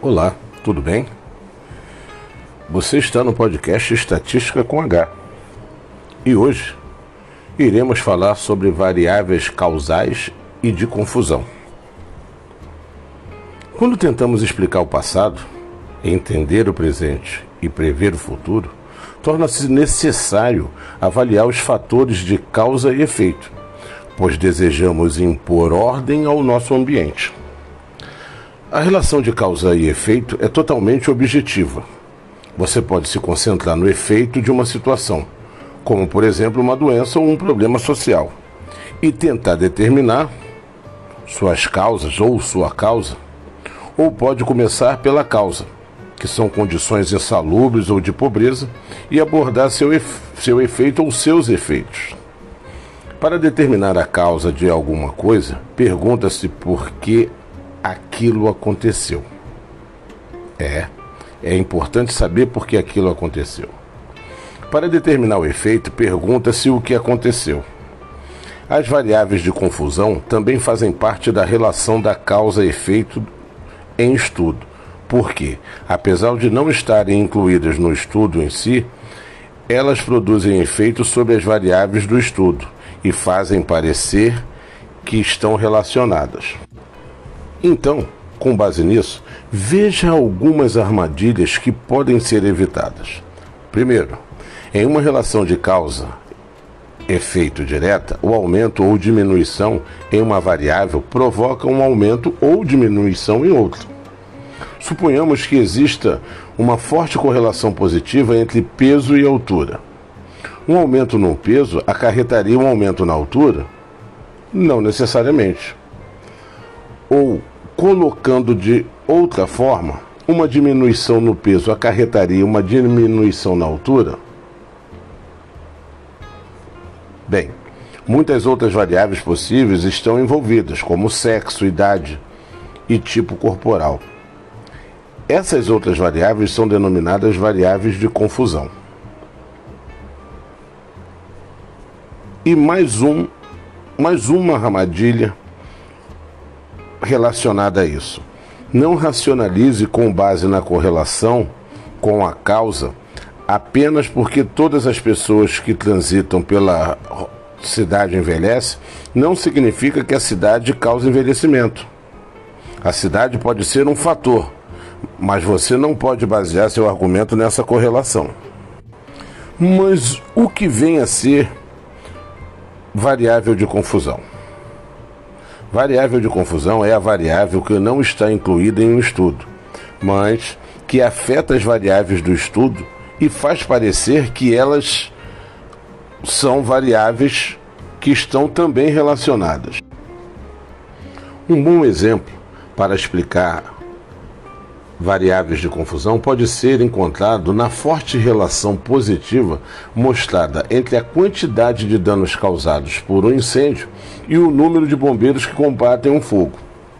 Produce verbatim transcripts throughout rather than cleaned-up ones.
Olá, tudo bem? Você está no podcast Estatística com H. E hoje iremos falar sobre variáveis causais e de confusão. Quando tentamos explicar o passado, entender o presente e prever o futuro, torna-se necessário avaliar os fatores de causa e efeito, pois desejamos impor ordem ao nosso ambiente. A relação de causa e efeito é totalmente objetiva. Você pode se concentrar no efeito de uma situação, como por exemplo uma doença ou um problema social, e tentar determinar suas causas ou sua causa, ou pode começar pela causa, que são condições insalubres ou de pobreza, e abordar seu, efe- seu efeito ou seus efeitos. Para determinar a causa de alguma coisa, pergunta-se por que aquilo aconteceu. É, é importante saber por que aquilo aconteceu. Para determinar o efeito, pergunta-se o que aconteceu. As variáveis de confusão também fazem parte da relação da causa-efeito em estudo, porque, apesar de não estarem incluídas no estudo em si, elas produzem efeitos sobre as variáveis do estudo e fazem parecer que estão relacionadas. Então, com base nisso, veja algumas armadilhas que podem ser evitadas. Primeiro, em uma relação de causa-efeito direta, o aumento ou diminuição em uma variável provoca um aumento ou diminuição em outra. Suponhamos que exista uma forte correlação positiva entre peso e altura. Um aumento no peso acarretaria um aumento na altura? Não necessariamente. Ou, colocando de outra forma, uma diminuição no peso acarretaria uma diminuição na altura? Bem, muitas outras variáveis possíveis estão envolvidas, como sexo, idade e tipo corporal. Essas outras variáveis são denominadas variáveis de confusão. E mais um, mais uma armadilha relacionada a isso. Não racionalize com base na correlação com a causa apenas porque todas as pessoas que transitam pela cidade envelhecem, não significa que a cidade causa envelhecimento. A cidade pode ser um fator, mas você não pode basear seu argumento nessa correlação. Mas o que vem a ser variável de confusão? Variável de confusão é a variável que não está incluída em um estudo, mas que afeta as variáveis do estudo e faz parecer que elas são variáveis que estão também relacionadas. Um bom exemplo para explicar variáveis de confusão pode ser encontrado na forte relação positiva mostrada entre a quantidade de danos causados por um incêndio e o número de bombeiros que combatem um fogo.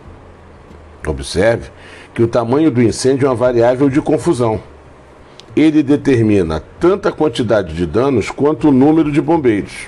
Observe que o tamanho do incêndio é uma variável de confusão. Ele determina tanto a quantidade de danos quanto o número de bombeiros.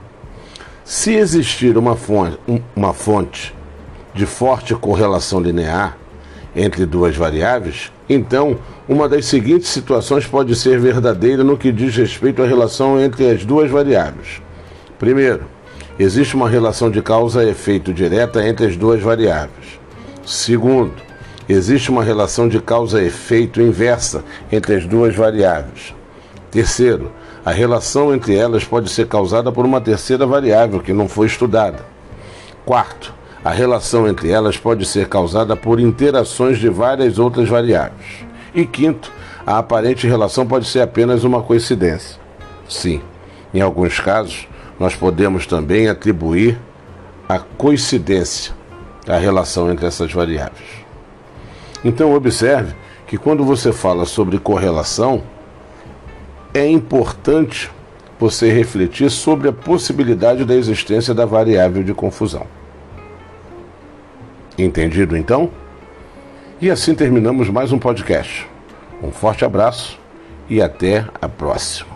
Se existir uma fonte, uma fonte de forte correlação linear entre duas variáveis, então uma das seguintes situações pode ser verdadeira no que diz respeito à relação entre as duas variáveis. Primeiro, existe uma relação de causa e efeito direta entre as duas variáveis. Segundo, existe uma relação de causa e efeito inversa entre as duas variáveis. Terceiro, a relação entre elas pode ser causada por uma terceira variável que não foi estudada. Quarto, a relação entre elas pode ser causada por interações de várias outras variáveis. E quinto, a aparente relação pode ser apenas uma coincidência. Sim, em alguns casos, nós podemos também atribuir a coincidência à relação entre essas variáveis. Então observe que quando você fala sobre correlação, é importante você refletir sobre a possibilidade da existência da variável de confusão. Entendido, então? E assim terminamos mais um podcast. Um forte abraço e até a próxima.